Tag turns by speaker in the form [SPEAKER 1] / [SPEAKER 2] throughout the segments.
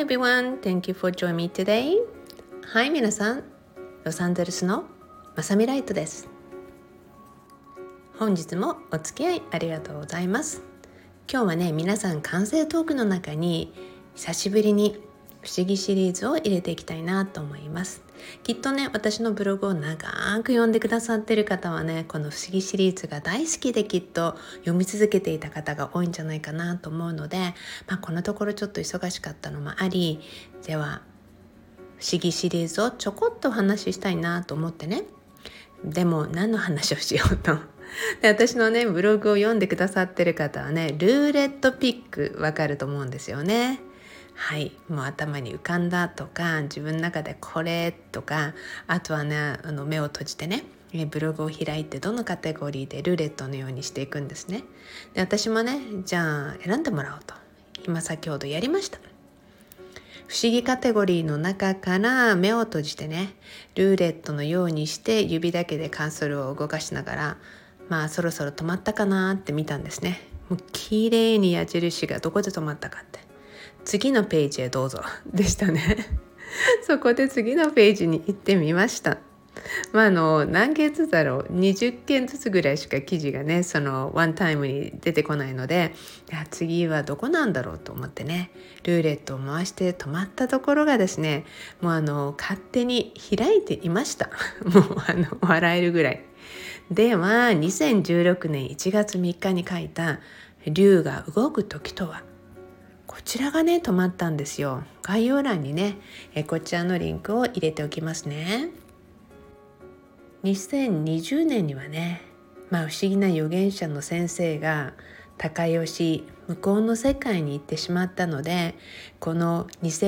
[SPEAKER 1] everyone, thank you for joining me today. はい、皆さん、ロサンゼルスのまさみライトです。本日もお付き合いありがとうございます。今日はね、皆さん完成トークの中に久しぶりに不思議シリーズを入れていきたいなと思います。きっとね、私のブログを長く読んでくださっている方はね、この不思議シリーズが大好きできっと読み続けていた方が多いんじゃないかなと思うので、このところちょっと忙しかったのもあり、では不思議シリーズをちょこっとお話ししたいなと思ってね。でも何の話をしようとで、私のねブログを読んでくださってる方はね、ルーレットピックわかると思うんですよね。はい、もう頭に浮かんだとか、自分の中でこれとか、あとはね、目を閉じてね、ブログを開いてどのカテゴリーでルーレットのようにしていくんですね。で、私もね、じゃあ選んでもらおうと今先ほどやりました。不思議カテゴリーの中から目を閉じてね、ルーレットのようにして指だけでカーソルを動かしながら、そろそろ止まったかなって見たんですね。もう綺麗に矢印がどこで止まったかって、次のページへどうぞでしたねそこで次のページに行ってみました。何件ずつだろう、20件ずつぐらいしか記事がね、そのワンタイムに出てこないので、次はどこなんだろうと思ってね、ルーレットを回して止まったところがですね、もう勝手に開いていましたもう笑えるぐらいでは、2016年1月3日に書いた竜が動く時とは、こちらがね止まったんですよ。概要欄にねこちらのリンクを入れておきますね。2020年にはね、不思議な預言者の先生が高吉向こうの世界に行ってしまったので、この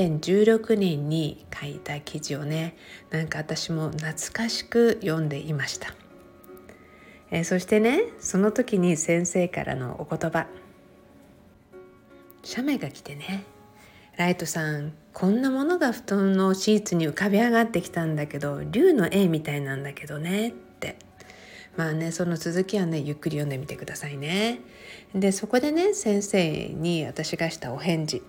[SPEAKER 1] 2016年に書いた記事をね、私も懐かしく読んでいました。そしてね、その時に先生からのお言葉、写メが来てね、ライトさん、こんなものが布団のシーツに浮かび上がってきたんだけど、竜の絵みたいなんだけどねって。その続きはね、ゆっくり読んでみてくださいね。で、そこでね、先生に私がしたお返事、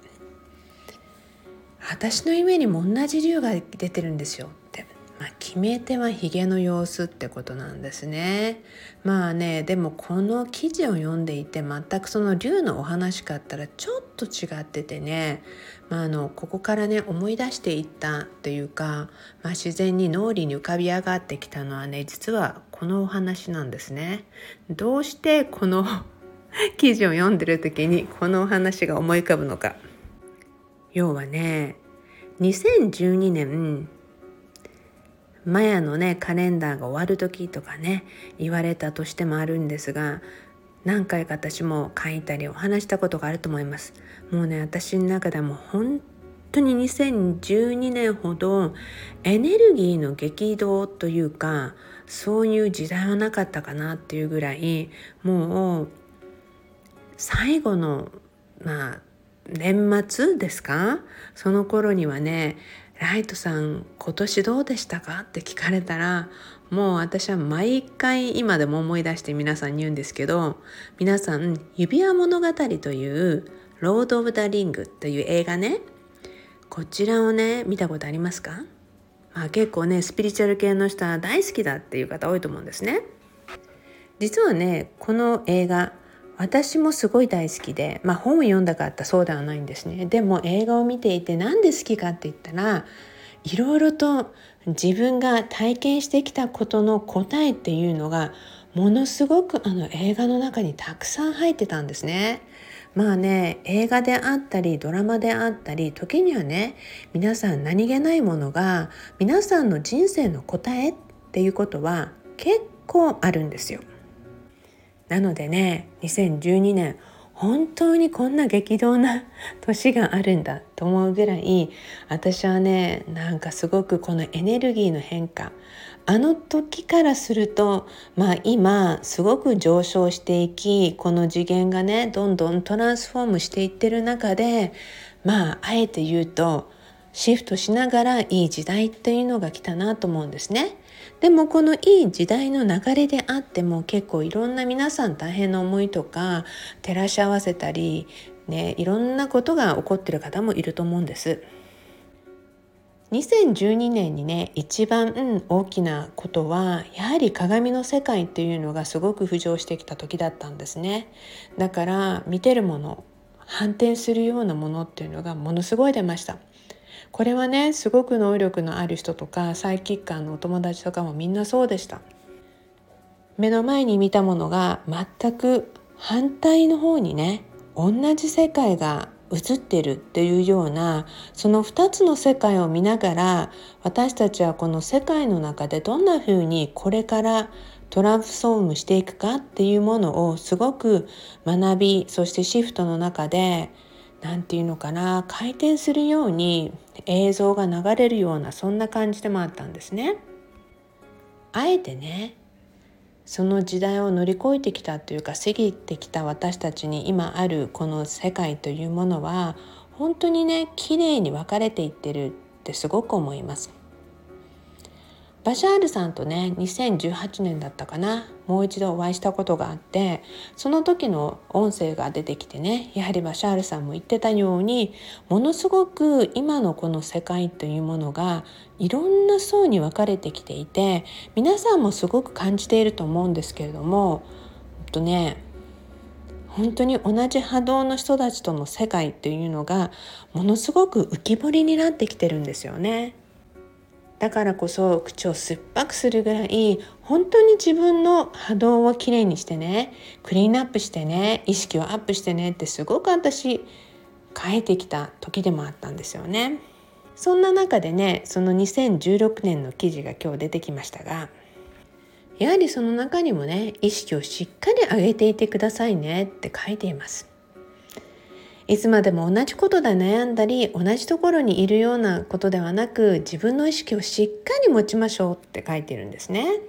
[SPEAKER 1] 私の夢にも同じ竜が出てるんですよって。決め手はヒゲの様子ってことなんですね。でもこの記事を読んでいて、全くその竜のお話かったらちょっと違っててね、ここからね思い出していったというか、自然に脳裏に浮かび上がってきたのはね、実はこのお話なんですね。どうしてこの記事を読んでる時にこのお話が思い浮かぶのか。要はね、2012年マヤのねカレンダーが終わる時とかね言われたとしてもあるんですが、何回か私も書いたりお話したことがあると思います。もうね、私の中ではもう本当に2012年ほどエネルギーの激動というか、そういう時代はなかったかなっていうぐらい、もう最後の年末ですか、その頃にはね、ライトさん今年どうでしたかって聞かれたら、もう私は毎回今でも思い出して皆さんに言うんですけど、皆さん指輪物語というロード・オブ・ザ・リングという映画ね、こちらをね見たことありますか？結構ねスピリチュアル系の人は大好きだっていう方多いと思うんですね。実はね、この映画私もすごい大好きで、本を読んだかったそうではないんですね。でも映画を見ていてなんで好きかって言ったら、いろいろと自分が体験してきたことの答えっていうのがものすごく映画の中にたくさん入ってたんですね。映画であったりドラマであったり、時にはね、皆さん何気ないものが皆さんの人生の答えっていうことは結構あるんですよ。なのでね、2012年本当にこんな激動な年があるんだと思うぐらい、私はね、すごくこのエネルギーの変化、あの時からすると、今すごく上昇していき、この次元がねどんどんトランスフォームしていってる中で、あえて言うとシフトしながらいい時代っていうのが来たなと思うんですね。でもこのいい時代の流れであっても、結構いろんな皆さん大変な思いとか照らし合わせたり、 ね、いろんなことが起こっている方もいると思うんです。2012年にね、一番大きなことはやはり鏡の世界っていうのがすごく浮上してきた時だったんですね。だから見てるもの、反転するようなものっていうのがものすごい出ました。これはね、すごく能力のある人とかサイキッカーのお友達とかもみんなそうでした。目の前に見たものが全く反対の方にね、同じ世界が映ってるっていうような、その2つの世界を見ながら、私たちはこの世界の中でどんな風にこれからトランスフォームしていくかっていうものをすごく学び、そしてシフトの中でなんていうのかな、回転するように映像が流れるような、そんな感じでもあったんですね。あえてね、その時代を乗り越えてきたというか過ぎてきた私たちに今あるこの世界というものは本当にね、綺麗に分かれていってるってすごく思います。バシャールさんとね、2018年だったかな、もう一度お会いしたことがあって、その時の音声が出てきてね、やはりバシャールさんも言ってたように、ものすごく今のこの世界というものがいろんな層に分かれてきていて、皆さんもすごく感じていると思うんですけれども、本当に同じ波動の人たちとの世界っていうのがものすごく浮き彫りになってきてるんですよね。だからこそ口を酸っぱくするぐらい本当に自分の波動をきれいにしてね、クリーンアップしてね、意識をアップしてねってすごく私変えてきた時でもあったんですよね。そんな中でね、その2016年の記事が今日出てきましたが、やはりその中にもね、意識をしっかり上げていてくださいねって書いています。いつまでも同じことで悩んだり同じところにいるようなことではなく、自分の意識をしっかり持ちましょうって書いてるんですね。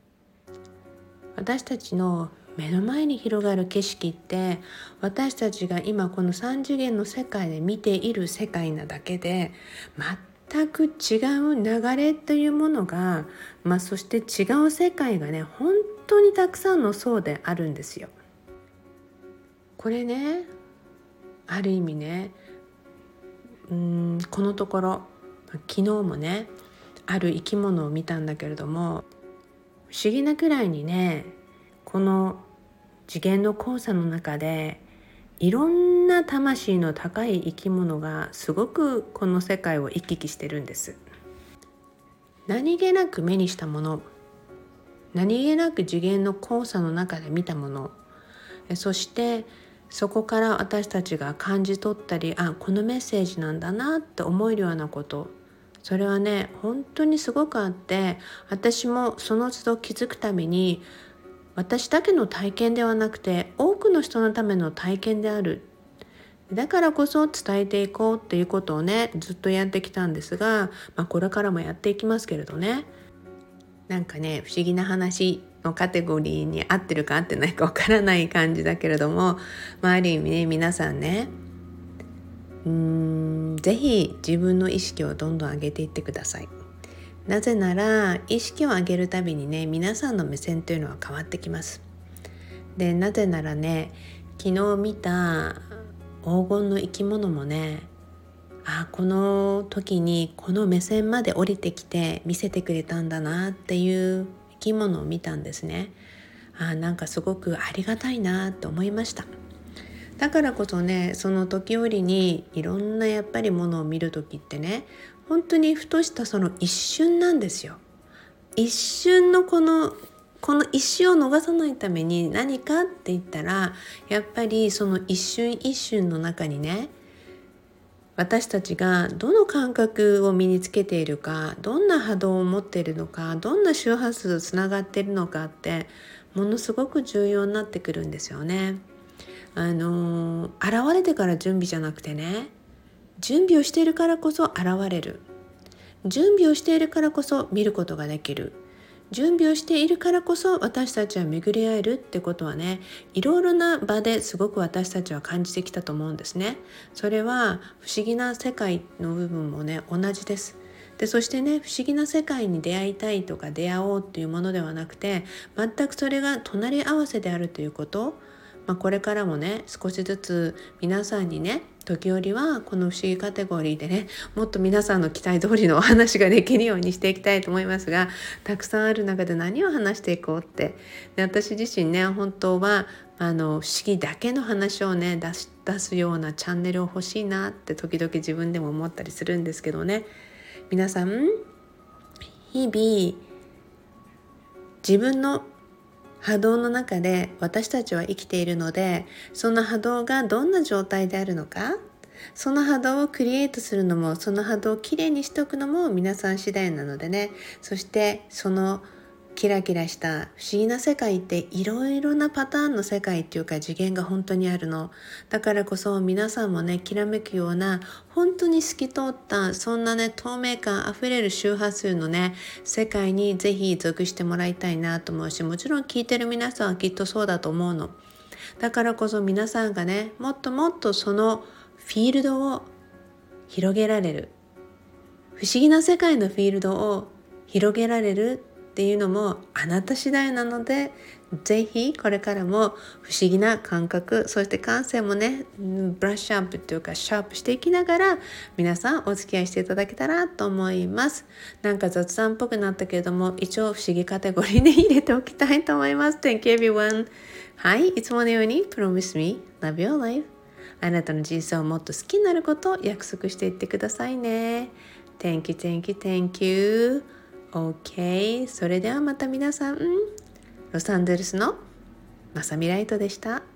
[SPEAKER 1] 私たちの目の前に広がる景色って、私たちが今この3次元の世界で見ている世界なだけで、全く違う流れというものが、そして違う世界がね、本当にたくさんの層であるんですよ。これね、ある意味ね、このところ昨日もね、ある生き物を見たんだけれども、不思議なくらいにね、この次元の交差の中でいろんな魂の高い生き物がすごくこの世界を行き来してるんです。何気なく目にしたもの、何気なく次元の交差の中で見たもの、そしてそこから私たちが感じ取ったり、このメッセージなんだなって思えるようなこと、それはね、本当にすごくあって、私もその都度気づくために、私だけの体験ではなくて多くの人のための体験である、だからこそ伝えていこうっていうことをね、ずっとやってきたんですが、これからもやっていきますけれどね、なんかね、不思議な話のカテゴリーに合ってるか合ってないかわからない感じだけれども、ある意味ね、皆さんね、ぜひ自分の意識をどんどん上げていってください。なぜなら意識を上げるたびにね、皆さんの目線というのは変わってきます。で、なぜならね、昨日見た黄金の生き物もね、この時にこの目線まで降りてきて見せてくれたんだなっていう生き物を見たんですね。なんかすごくありがたいなと思いました。だからこそね、その時折にいろんなやっぱりものを見る時ってね、本当にふとしたその一瞬なんですよ。一瞬のこの一瞬を逃さないために何かって言ったら、やっぱりその一瞬一瞬の中にね、私たちがどの感覚を身につけているか、どんな波動を持っているのか、どんな周波数とつながっているのかってものすごく重要になってくるんですよね。現れてから準備じゃなくてね、準備をしているからこそ現れる、準備をしているからこそ見ることができる、準備をしているからこそ私たちは巡り合えるってことはね、いろいろな場ですごく私たちは感じてきたと思うんですね。それは不思議な世界の部分もね、同じです。で、そしてね、不思議な世界に出会いたいとか出会おうっていうものではなくて、全くそれが隣り合わせであるということ、 これからもね少しずつ皆さんにね時折はこの不思議カテゴリーでねもっと皆さんの期待通りのお話ができるようにしていきたいと思いますが、たくさんある中で何を話していこうってで私自身ね本当は不思議だけの話をね出すようなチャンネルを欲しいなって時々自分でも思ったりするんですけどね。皆さん日々自分の波動の中で私たちは生きているので、その波動がどんな状態であるのか、その波動をクリエイトするのも、その波動をきれいにしておくのも皆さん次第なのでね。そしてそのキラキラした不思議な世界っていろいろなパターンの世界っていうか次元が本当にあるの。だからこそ皆さんもねきらめくような本当に透き通ったそんなね透明感あふれる周波数のね世界にぜひ属してもらいたいなと思うし、もちろん聞いてる皆さんはきっとそうだと思うの。だからこそ皆さんがねもっともっとそのフィールドを広げられる、不思議な世界のフィールドを広げられるっていうのもあなた次第なので、ぜひこれからも不思議な感覚、そして感性もねブラッシュアップというかシャープしていきながら皆さんお付き合いしていただけたらと思います。なんか雑談っぽくなったけれども一応不思議カテゴリーで入れておきたいと思います。 Thank you everyone。 はい、いつものように Promise me love your life、 あなたの人生をもっと好きになることを約束していってくださいね。 Thank you, thank you, thank you。 OK、 それではまた皆さん、ロサンゼルスのまさみライトでした。